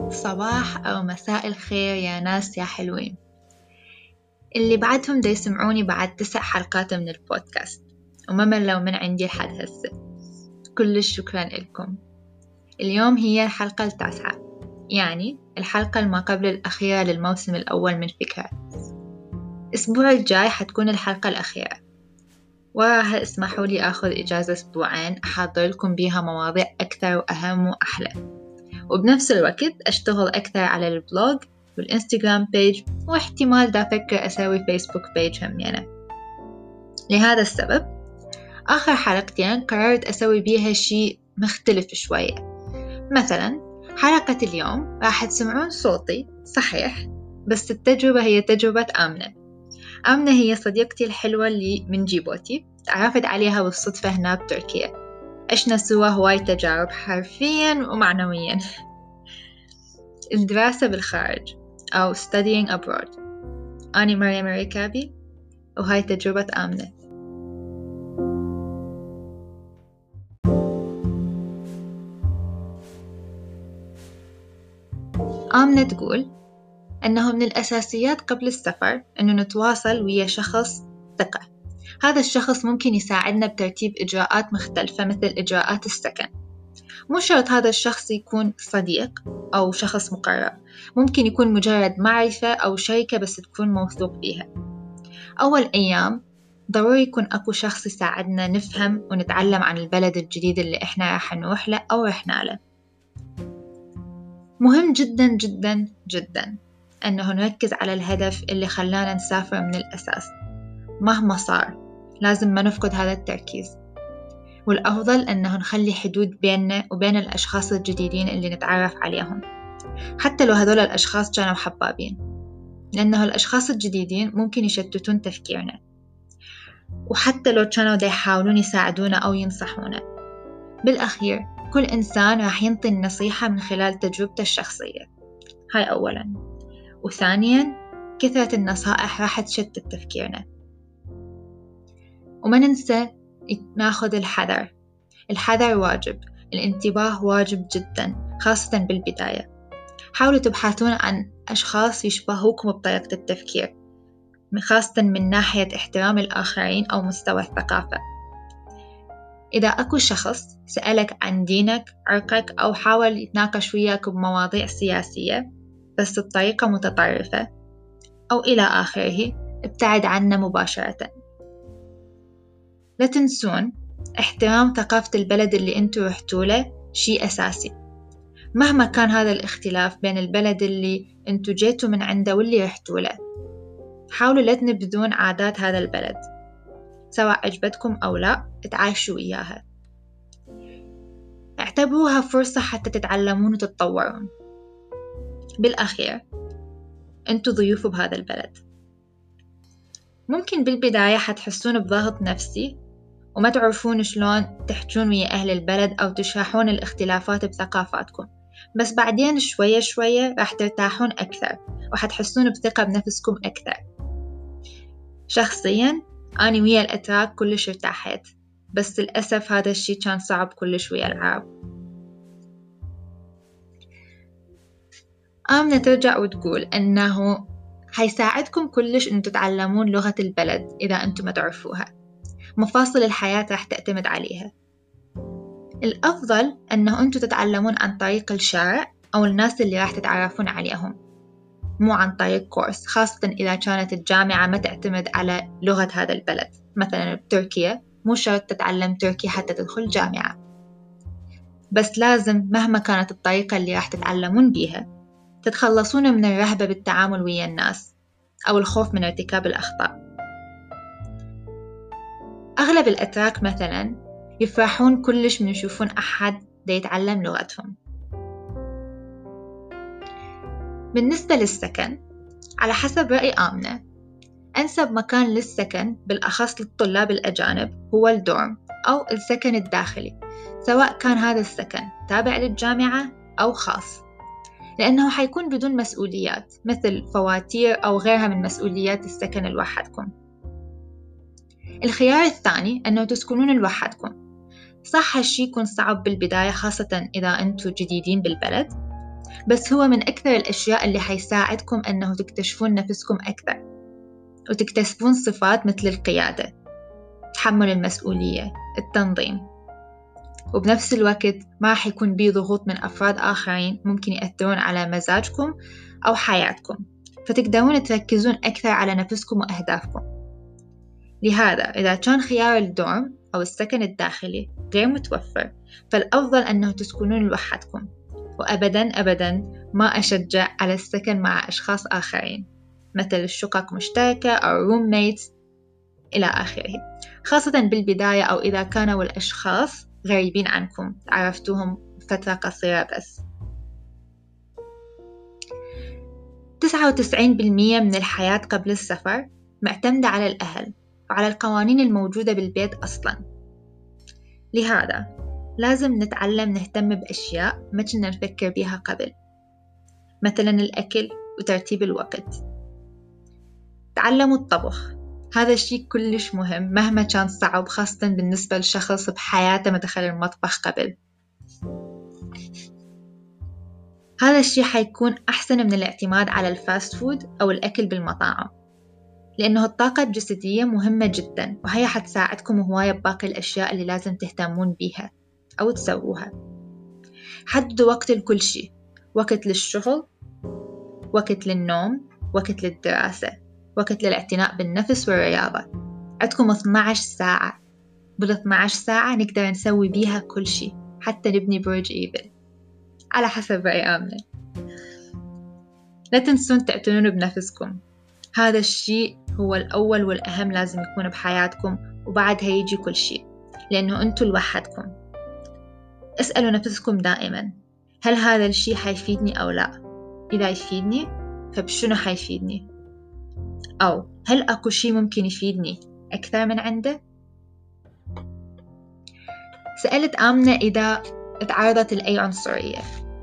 صباح أو مساء الخير يا ناس يا حلوين اللي بعدهم دا يسمعوني بعد 9 حلقات من البودكاست وما ملوا من عندي لحد هسه. كلش شكرا لكم. اليوم هي الحلقة 9، يعني الحلقة ما قبل الأخيرة للموسم الأول من فكرة. الأسبوع الجاي حتكون الحلقة الأخيرة، وراها اسمحوا لي أخذ إجازة 2 أسبوع أحضر لكم بيها مواضيع أكثر وأهم وأحلى، وبنفس الوقت أشتغل أكثر على البلوج والإنستغرام بيج، واحتمال دا أفكر أسوي فيسبوك بيج هم يعني. لهذا السبب آخر حلقتين قررت أسوي بيها شيء مختلف شوية. مثلا حلقة اليوم راح تسمعون صوتي صحيح، بس التجربة هي تجربة آمنة هي صديقتي الحلوة اللي من جيبوتي، تعرفت عليها بالصدفة هنا بتركيا. عشنا سوا هواي تجارب حرفيا ومعنويا. الدراسة بالخارج أو studying abroad. أنا مريم ركابي، وهاي تجربة آمنة. آمنة تقول أنه من الأساسيات قبل السفر أنه نتواصل ويا شخص ثقة. هذا الشخص ممكن يساعدنا بترتيب إجراءات مختلفة مثل إجراءات السكن. مو شرط هذا الشخص يكون صديق أو شخص مقرب، ممكن يكون مجرد معرفة أو شركة بس تكون موثوق فيها. أول أيام ضروري يكون أكو شخص يساعدنا نفهم ونتعلم عن البلد الجديد اللي إحنا راح نروح له أو رحنا له. مهم جدا جدا جدا أنه نركز على الهدف اللي خلانا نسافر من الأساس. مهما صار لازم ما نفقد هذا التركيز، والأفضل أنه نخلي حدود بيننا وبين الأشخاص الجديدين اللي نتعرف عليهم، حتى لو هذول الأشخاص كانوا حبابين، لأنه الأشخاص الجديدين ممكن يشتتون تفكيرنا، وحتى لو كانوا دا يحاولون يساعدونا أو ينصحونا. بالأخير كل إنسان راح ينطي النصيحة من خلال تجربته الشخصية، هاي أولا. وثانيا كثرة النصائح راح تشتت تفكيرنا. وما ننسى ناخذ الحذر. الحذر واجب، الانتباه واجب جدا، خاصة بالبداية. حاولوا تبحثون عن أشخاص يشبهوكم بطريقة التفكير، خاصة من ناحية احترام الآخرين أو مستوى الثقافة. إذا أكو شخص سألك عن دينك، عرقك، أو حاول يتناقش وياك بمواضيع سياسية بس بطريقة متطرفة أو إلى آخره، ابتعد عنه مباشرة. لا تنسون احترام ثقافة البلد اللي انتوا رحتوا له شيء أساسي، مهما كان هذا الاختلاف بين البلد اللي انتوا جيتوا من عنده واللي رحتوا له. حاولوا لا تنبذون عادات هذا البلد، سواء عجبتكم أو لا، تعايشوا وياها. اعتبروها فرصة حتى تتعلمون وتتطورون. بالأخير انتوا ضيوف بهذا البلد. ممكن بالبداية حتحسون بضغط نفسي وما تعرفون شلون تحجون ويا أهل البلد أو تشرحون الاختلافات بثقافاتكم، بس بعدين شوية شوية راح ترتاحون أكثر وحتحسون بثقة بنفسكم أكثر. شخصياً أنا ويا الأتراك كلش ارتاحت، بس للأسف هذا الشي كان صعب كلش ويا العرب. آمنة ترجع وتقول أنه حيساعدكم كلش أن تتعلمون لغة البلد إذا أنتم ما تعرفوها. مفاصل الحياة راح تعتمد عليها. الأفضل أنه أنتم تتعلمون عن طريق الشارع أو الناس اللي راح تتعرفون عليهم، مو عن طريق كورس، خاصة إذا كانت الجامعة ما تعتمد على لغة هذا البلد. مثلا بتركيا مو شرط تتعلم تركي حتى تدخل جامعة، بس لازم مهما كانت الطريقة اللي راح تتعلمون بيها تتخلصون من الرهبة بالتعامل ويا الناس أو الخوف من ارتكاب الأخطاء. أغلب الأتراك مثلا يفرحون كلش من يشوفون أحد دا يتعلم لغتهم. بالنسبة للسكن، على حسب رأي آمنة أنسب مكان للسكن بالأخص للطلاب الأجانب هو الدورم أو السكن الداخلي، سواء كان هذا السكن تابع للجامعة أو خاص، لأنه حيكون بدون مسؤوليات مثل فواتير أو غيرها من مسؤوليات السكن لوحدكم. الخيار الثاني أنه تسكنون لوحدكم. صح هالشي يكون صعب بالبداية، خاصة إذا أنتم جديدين بالبلد، بس هو من أكثر الأشياء اللي حيساعدكم أنه تكتشفون نفسكم أكثر وتكتسبون صفات مثل القيادة، تحمل المسؤولية، التنظيم. وبنفس الوقت ما راح يكون بيه ضغوط من أفراد آخرين ممكن يأثرون على مزاجكم أو حياتكم، فتقدرون تركزون أكثر على نفسكم وأهدافكم. لهذا إذا كان خيار الدورم أو السكن الداخلي غير متوفر، فالأفضل أنه تسكنون لوحدكم. وأبداً أبداً ما أشجع على السكن مع أشخاص آخرين مثل الشقق مشتركة أو رومميتس إلى آخره، خاصة بالبداية أو إذا كانوا الأشخاص غريبين عنكم عرفتوهم فترة قصيرة بس. 99% من الحياة قبل السفر معتمدة على الأهل وعلى القوانين الموجودة بالبيت أصلاً. لهذا لازم نتعلم نهتم بأشياء ما كنا نفكر بيها قبل، مثلاً الأكل وترتيب الوقت. تعلموا الطبخ، هذا الشيء كلش مهم مهما كان صعب، خاصة بالنسبة لشخص بحياته ما دخل المطبخ قبل. هذا الشيء حيكون أحسن من الاعتماد على الفاست فود أو الأكل بالمطاعم، لأنه الطاقة الجسدية مهمة جدا وهي حتساعدكم هواية بباقي الأشياء اللي لازم تهتمون بيها أو تسووها. حددوا وقت لكل شيء، وقت للشغل، وقت للنوم، وقت للدراسة، وقت للاعتناء بالنفس والرياضة. عندكم 12 ساعة، بال12 ساعة نقدر نسوي بيها كل شيء، حتى نبني برج إيفل على حسب رأي آمنة. لا تنسون تعتنون بنفسكم، هذا الشيء هو الأول والأهم لازم يكون بحياتكم، وبعدها يجي كل شيء، لأنه أنتوا لوحدكم. اسألوا نفسكم دائما، هل هذا الشيء حيفيدني أو لا؟ إذا يفيدني فبشنو حيفيدني؟ أو هل أكو شيء ممكن يفيدني أكثر من عنده؟ سألت آمنة إذا تعرضت لأي عنصرية،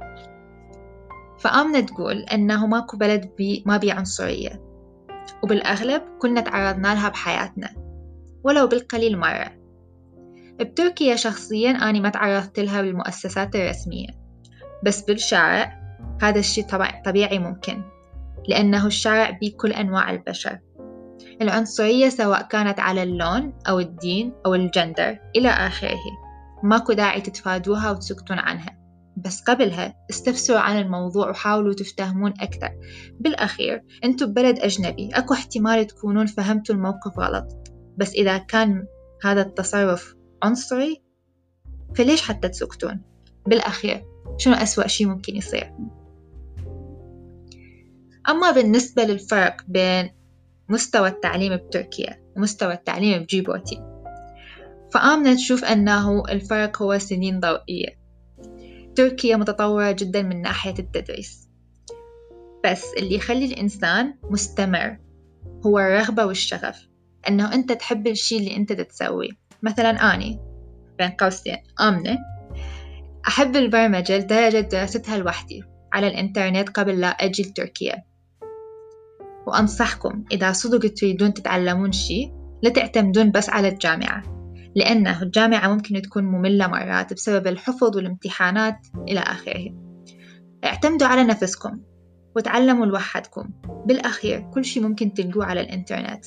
فآمنة تقول أنه ماكو بلد ما بيه عنصرية، وبالأغلب كلنا تعرضنا لها بحياتنا ولو بالقليل مرة. بتركيا شخصياً أنا ما تعرضت لها بالمؤسسات الرسمية، بس بالشارع هذا الشيء طبيعي ممكن، لأنه الشارع بيه كل أنواع البشر. العنصرية سواء كانت على اللون أو الدين أو الجندر إلى آخره ماكو داعي تتفادوها وتسكتون عنها، بس قبلها استفسروا عن الموضوع وحاولوا تفتهمون أكثر. بالأخير أنتوا ببلد أجنبي، أكو احتمال تكونون فهمتوا الموقف غلط، بس إذا كان هذا التصرف عنصري فليش حتى تسكتون؟ بالأخير شنو أسوأ شيء ممكن يصير؟ أما بالنسبة للفرق بين مستوى التعليم بتركيا ومستوى التعليم بجيبوتي، فآمنة تشوف أنه الفرق هو سنين ضوئية. تركيا متطورة جدا من ناحية التدريس، بس اللي يخلي الإنسان مستمر هو الرغبة والشغف، أنه أنت تحب الشيء اللي أنت تتسويه. مثلا أني بين قوسين آمنة أحب البرمجة لدرجة دراستها لوحدي على الإنترنت قبل لا أجي لتركيا. وأنصحكم إذا صدق تريدون تتعلمون شيء لا تعتمدون بس على الجامعة، لأنه الجامعة ممكن تكون مملة مرات بسبب الحفظ والامتحانات إلى آخره. اعتمدوا على نفسكم وتعلموا لوحدكم، بالأخير كل شيء ممكن تلقوه على الإنترنت.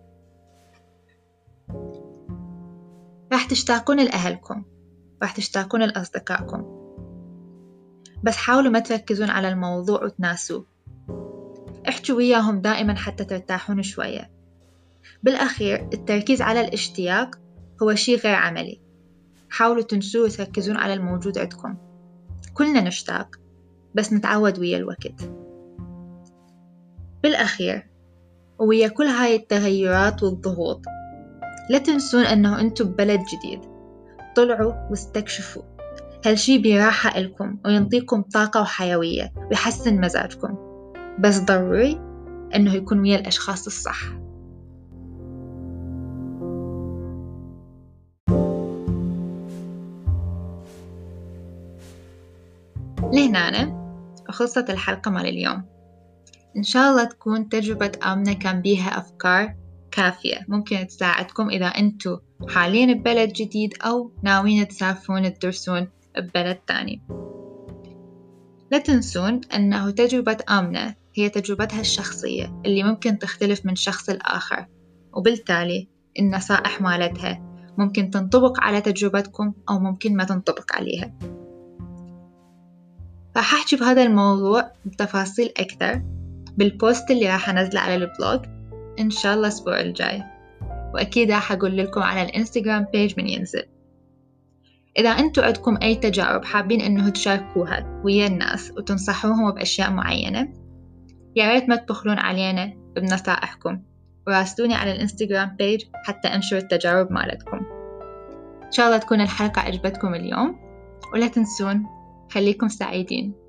راح تشتاقون لأهلكم، راح تشتاقون لأصدقائكم، بس حاولوا ما تركزون على الموضوع وتناسوه. احكوا وياهم دائما حتى ترتاحون شوية. بالأخير التركيز على الاشتياق هو شيء غير عملي، حاولوا تنسوه وتركزون على الموجود عندكم. كلنا نشتاق بس نتعود ويا الوقت. بالأخير ويا كل هاي التغيرات والضغوط لا تنسون أنه أنتم ببلد جديد، طلعوا واستكشفوا، هالشي براحة لكم وينطيكم طاقة وحيوية ويحسن مزاجكم، بس ضروري أنه يكون ويا الأشخاص الصح. لهنا خلصت الحلقة مال اليوم. إن شاء الله تكون تجربة آمنة كان بيها أفكار كافية ممكن تساعدكم إذا أنتوا حاليا ببلد جديد أو ناويين تسافرون تدرسون ببلد تاني. لا تنسون أنه تجربة آمنة هي تجربتها الشخصية اللي ممكن تختلف من شخص لآخر، وبالتالي النصائح مالتها ممكن تنطبق على تجربتكم أو ممكن ما تنطبق عليها. راح أحكي بهذا الموضوع بتفاصيل أكثر بالبوست اللي راح أنزله على البلوج إن شاء الله الأسبوع الجاي، وأكيد راح أقول لكم على الإنستغرام بيج من ينزل. إذا أنتوا عندكم أي تجارب حابين إنه تشاركوها ويا الناس وتنصحوهم بأشياء معينة، يا ريت ما تبخلون علينا بنصائحكم، وراسلوني على الإنستغرام بيج حتى أنشر التجارب مالتكم. إن شاء الله تكون الحلقة عجبتكم اليوم، ولا تنسون خليكم سعيدين.